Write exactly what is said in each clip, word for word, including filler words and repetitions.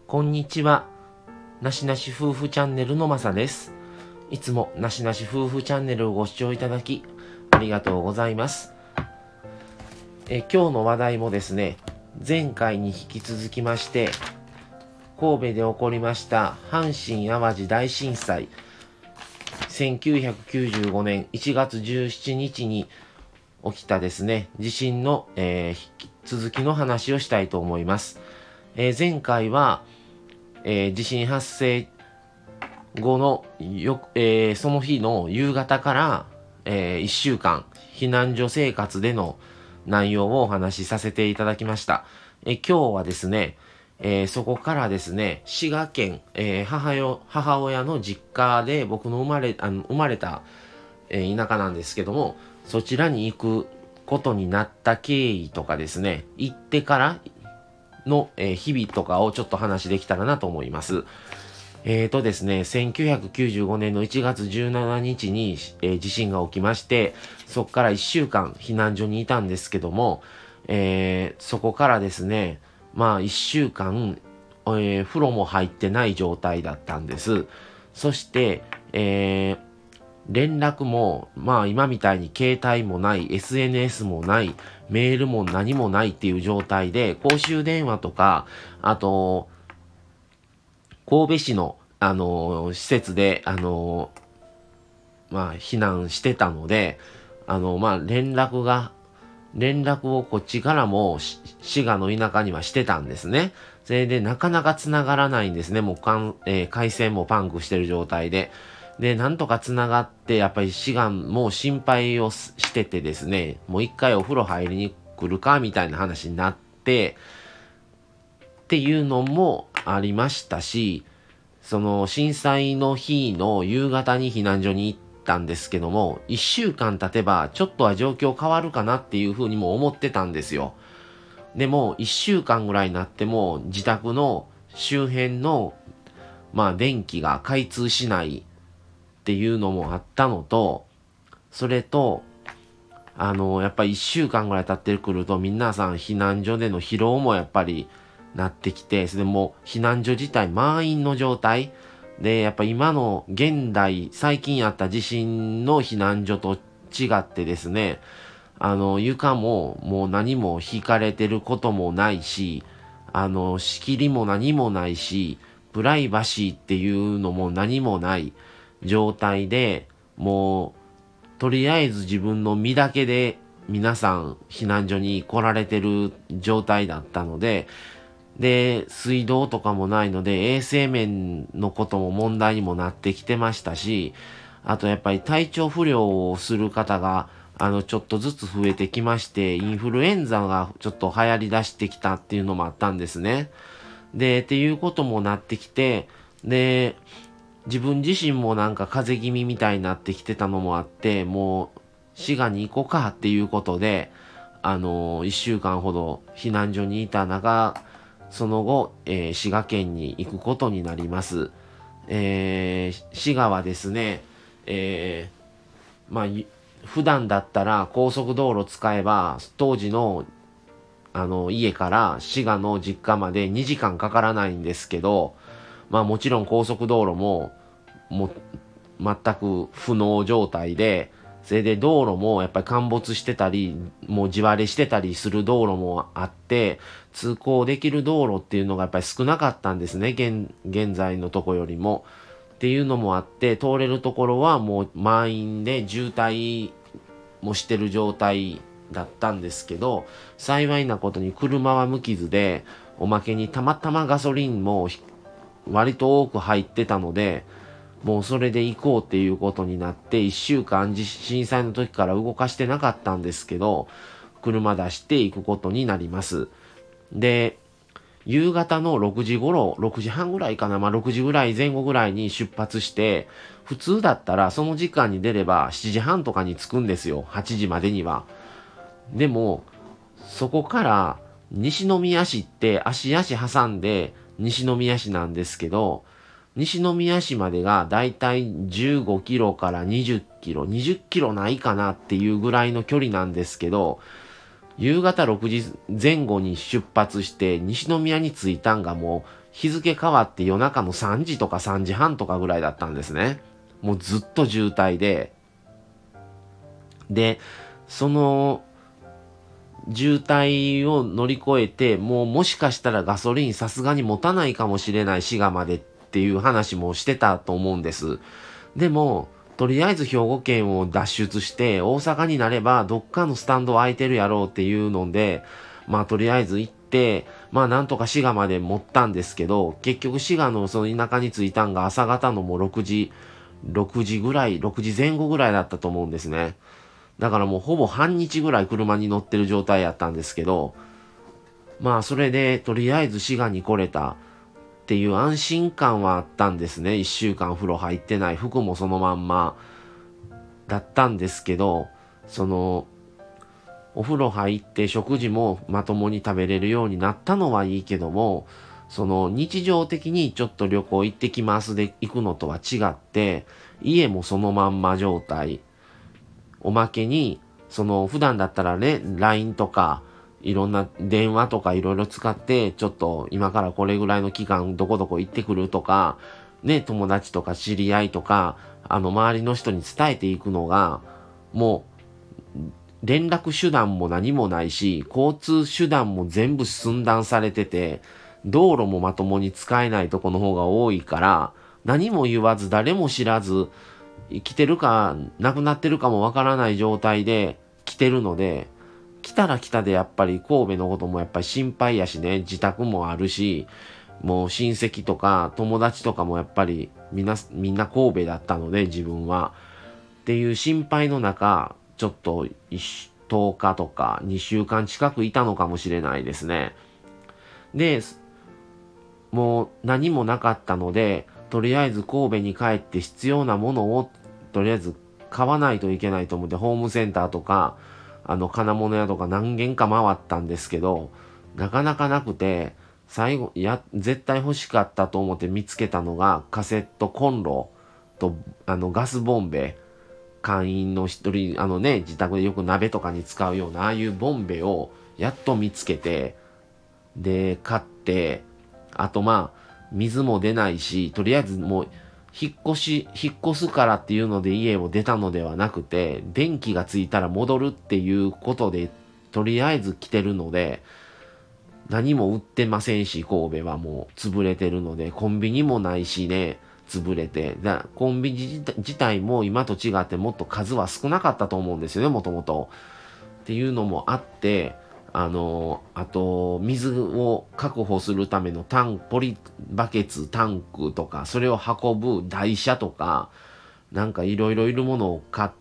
こんにちは。なしなし夫婦チャンネルのまさです。いつもなしなし夫婦チャンネルをご視聴いただきありがとうございます。え今日の話題もですね、前回に引き続きまして、神戸で起こりました阪神・淡路大震災、せんきゅうひゃくきゅうじゅうごねんいちがつじゅうしちにちに起きたですね、地震の、えー、引き続きの話をしたいと思います。えー、前回は、えー、地震発生後のよ、えー、その日の夕方から、えー、いっしゅうかん避難所生活での内容をお話しさせていただきました。えー、今日はですね、えー、そこからですね、滋賀県、えー、母よ母親の実家で僕の生まれあの生まれた、えー、田舎なんですけども、そちらに行くことになった経緯とかですね、行ってからの、えー、日々とかをちょっと話できたらなと思います。えーとですね、せんきゅうひゃくきゅうじゅうごねんのいちがつじゅうしちにちに、えー、地震が起きまして、そこからいっしゅうかん避難所にいたんですけども、えー、そこからですね、まあいっしゅうかん、えー、風呂も入ってない状態だったんです。そして、えー、連絡も、まあ今みたいに携帯もない、エスエヌエス もない、メールも何もないっていう状態で、公衆電話とか、あと、神戸市の、あのー、施設で、あのー、まあ避難してたので、あのー、まあ連絡が、連絡をこっちからも滋賀の田舎にはしてたんですね。それでなかなか繋がらないんですね。もうかん、えー、回線もパンクしてる状態で。で、なんとか繋がって、やっぱり滋賀も心配をしててですね、もう一回お風呂入りに来るかみたいな話になって、っていうのもありましたし、その震災の日の夕方に避難所に行ったんですけども、いっしゅうかん経てばちょっとは状況変わるかなっていうふうにも思ってたんですよ。でもいっしゅうかんぐらいになっても自宅の周辺のまあ電気が開通しないっていうのもあったのと、それとあのやっぱりいっしゅうかんぐらい経ってくると皆さん避難所での疲労もやっぱりなってきて、それも避難所自体満員の状態で、やっぱ今の現代最近あった地震の避難所と違ってですね、あの床ももう何も引かれてることもないし、あの仕切りも何もないし、プライバシーっていうのも何もない状態で、もうとりあえず自分の身だけで皆さん避難所に来られてる状態だったので、で、水道とかもないので衛生面のことも問題にもなってきてましたし、あとやっぱり体調不良をする方があのちょっとずつ増えてきまして、インフルエンザがちょっと流行り出してきたっていうのもあったんですね。で、っていうこともなってきて、で、自分自身もなんか風邪気味みたいになってきてたのもあって、もう滋賀に行こうかっていうことで、あのー、いっしゅうかんほど避難所にいた中、その後、えー、滋賀県に行くことになります。えー、滋賀はですね、えー、まあ、普段だったら高速道路使えば、当時のあの家から滋賀の実家までにじかんかからないんですけど、まあもちろん高速道路ももう全く不能状態で、それで道路もやっぱり陥没してたり、もう地割れしてたりする道路もあって、通行できる道路っていうのがやっぱり少なかったんですね、現、現在のとこよりも。っていうのもあって、通れるところはもう満員で渋滞もしてる状態だったんですけど、幸いなことに車は無傷で、おまけにたまたまガソリンも割と多く入ってたので、もうそれで行こうっていうことになって、いっしゅうかん震災の時から動かしてなかったんですけど、車出して行くことになります。で、夕方のろくじ頃、ろくじはんぐらいかな、まあろくじぐらい前後ぐらいに出発して、普通だったらその時間に出ればしちじはんとかに着くんですよ、はちじまでには。でも、そこから西宮市って芦屋市挟んで西宮市なんですけど、西宮市までがだいたいじゅうごキロからにじゅっキロ、にじゅっキロないかなっていうぐらいの距離なんですけど、夕方ろくじぜん後に出発して西宮に着いたんがも日付変わって夜中のさんじとかさんじはんとかぐらいだったんですね。もうずっと渋滞で。で、その渋滞を乗り越えて、もうもしかしたらガソリンさすがに持たないかもしれない滋賀までっていう話もしてたと思うんです。でも、とりあえず兵庫県を脱出して大阪になればどっかのスタンド空いてるやろうっていうので、まあとりあえず行って、まあなんとか滋賀まで持ったんですけど、結局滋賀のその田舎に着いたんが朝方のもうろくじ、ろくじぐらい、ろくじぜん後ぐらいだったと思うんですね。だからもうほぼ半日ぐらい車に乗ってる状態やったんですけど、まあそれでとりあえず滋賀に来れたっていう安心感はあったんですね。一週間風呂入ってない、服もそのまんまだったんですけど、そのお風呂入って食事もまともに食べれるようになったのはいいけども、その日常的にちょっと旅行行ってきますで行くのとは違って、家もそのまんま状態。おまけに、その普段だったらね、ライン とか、いろんな電話とかいろいろ使って、ちょっと今からこれぐらいの期間どこどこ行ってくるとか、ね、友達とか知り合いとか、あの周りの人に伝えていくのが、もう連絡手段も何もないし、交通手段も全部寸断されてて、道路もまともに使えないとこの方が多いから、何も言わず誰も知らず、生きてるか亡くなってるかもわからない状態で来てるので、来たら来たでやっぱり神戸のこともやっぱり心配やしね、自宅もあるし、もう親戚とか友達とかもやっぱりみんな、みんな神戸だったので自分は。っていう心配の中、ちょっととおかとかにしゅうかん近くいたのかもしれないですね。で、もう何もなかったので、とりあえず神戸に帰って必要なものをとりあえず買わないといけないと思ってホームセンターとかあの金物屋とか何軒か回ったんですけど、なかなかなくて、最後や絶対欲しかったと思って見つけたのがカセットコンロとあのガスボンベ、会員の一人あのね自宅でよく鍋とかに使うようなああいうボンベをやっと見つけて、で買って、あとまあ水も出ないし、とりあえずもう引っ越し、引っ越すからっていうので家を出たのではなくて、電気がついたら戻るっていうことで、とりあえず来てるので、何も売ってませんし、神戸はもう潰れてるので、コンビニもないしね、潰れて。だコンビニ自体も今と違ってもっと数は少なかったと思うんですよね、もともと。っていうのもあって、あの、あと、水を確保するためのタン、ポリバケツ、タンクとか、それを運ぶ台車とか、なんかいろいろいるものを買って、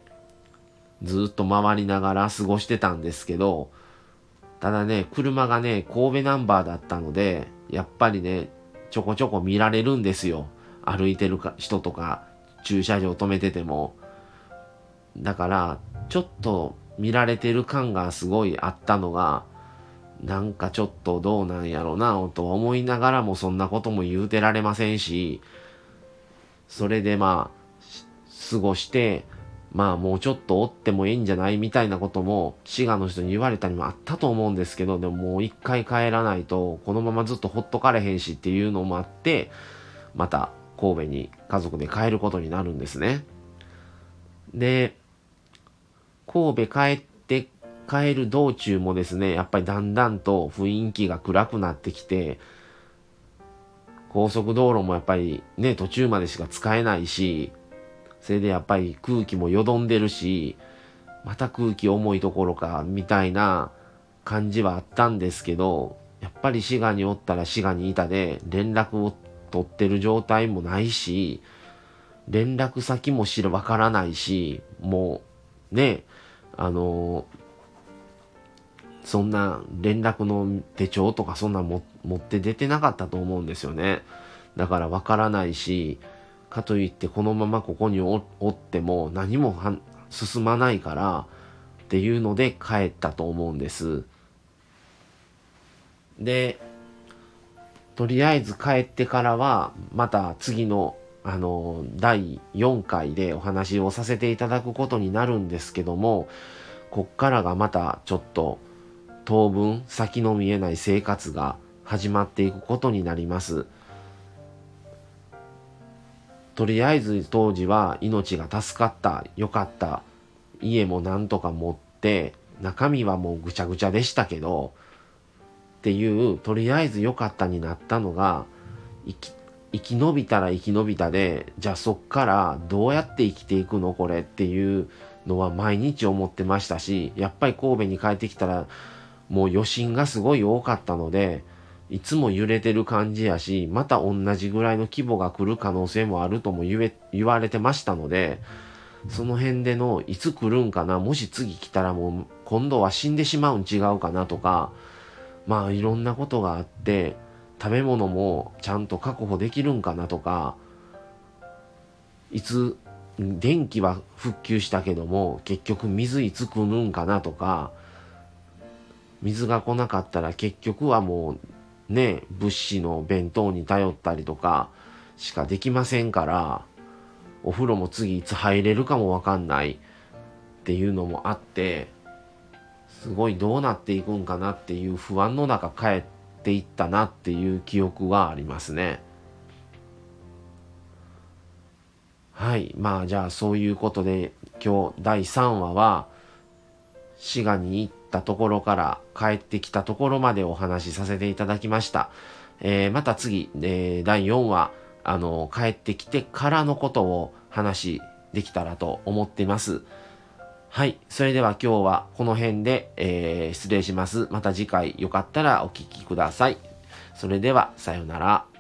ずっと回りながら過ごしてたんですけど、ただね、車がね、神戸ナンバーだったので、やっぱりね、ちょこちょこ見られるんですよ。歩いてるか人とか、駐車場止めてても。だから、ちょっと見られてる感がすごいあったのが、なんかちょっとどうなんやろなと思いながらもそんなことも言うてられませんし、それでまあ、過ごして、まあもうちょっとおってもいいんじゃないみたいなことも滋賀の人に言われたりもあったと思うんですけど、でももう一回帰らないとこのままずっとほっとかれへんしっていうのもあって、また神戸に家族で帰ることになるんですね。で、神戸帰って帰る道中もですね、やっぱりだんだんと雰囲気が暗くなってきて、高速道路もやっぱりね、途中までしか使えないし、それでやっぱり空気もよどんでるし、また空気重いところか、みたいな感じはあったんですけど、やっぱり滋賀におったら滋賀にいたで、連絡を取ってる状態もないし、連絡先も知るわからないし、もうね、あのそんな連絡の手帳とかそんなも持って出てなかったと思うんですよね。だからわからないし、かといってこのままここに お, おっても何もは進まないからっていうので帰ったと思うんです。で、とりあえず帰ってからはまた次のあのだいよんかいでお話をさせていただくことになるんですけども、こっからがまたちょっと当分先の見えない生活が始まっていくことになります。とりあえず当時は命が助かった、よかった、家もなんとか持って、中身はもうぐちゃぐちゃでしたけど、っていう、とりあえずよかったになったのが、生き、生き延びたら生き延びたで、じゃあそっからどうやって生きていくのこれっていうのは毎日思ってましたし、やっぱり神戸に帰ってきたらもう余震がすごい多かったので、いつも揺れてる感じやし、また同じぐらいの規模が来る可能性もあるとも言え、言われてましたので、その辺でのいつ来るんかな、もし次来たらもう今度は死んでしまうん違うかなとか、まあいろんなことがあって、食べ物もちゃんと確保できるんかなとか、いつ電気は復旧したけども結局水いつ来るんかなとか、水が来なかったら結局はもうね、物資の弁当に頼ったりとかしかできませんから、お風呂も次いつ入れるかもわかんないっていうのもあって、すごいどうなっていくんかなっていう不安の中帰っていったなっていう記憶がありますね。はい。まあじゃあそういうことで今日だいさんわは滋賀に行ったところから帰ってきたところまでお話しさせていただきました。えー、また次、えー、だいよんわ、あの、帰ってきてからのことを話できたらと思っています。はい。それでは今日はこの辺で、えー、失礼します。また次回よかったらお聞きください。それでは、さようなら。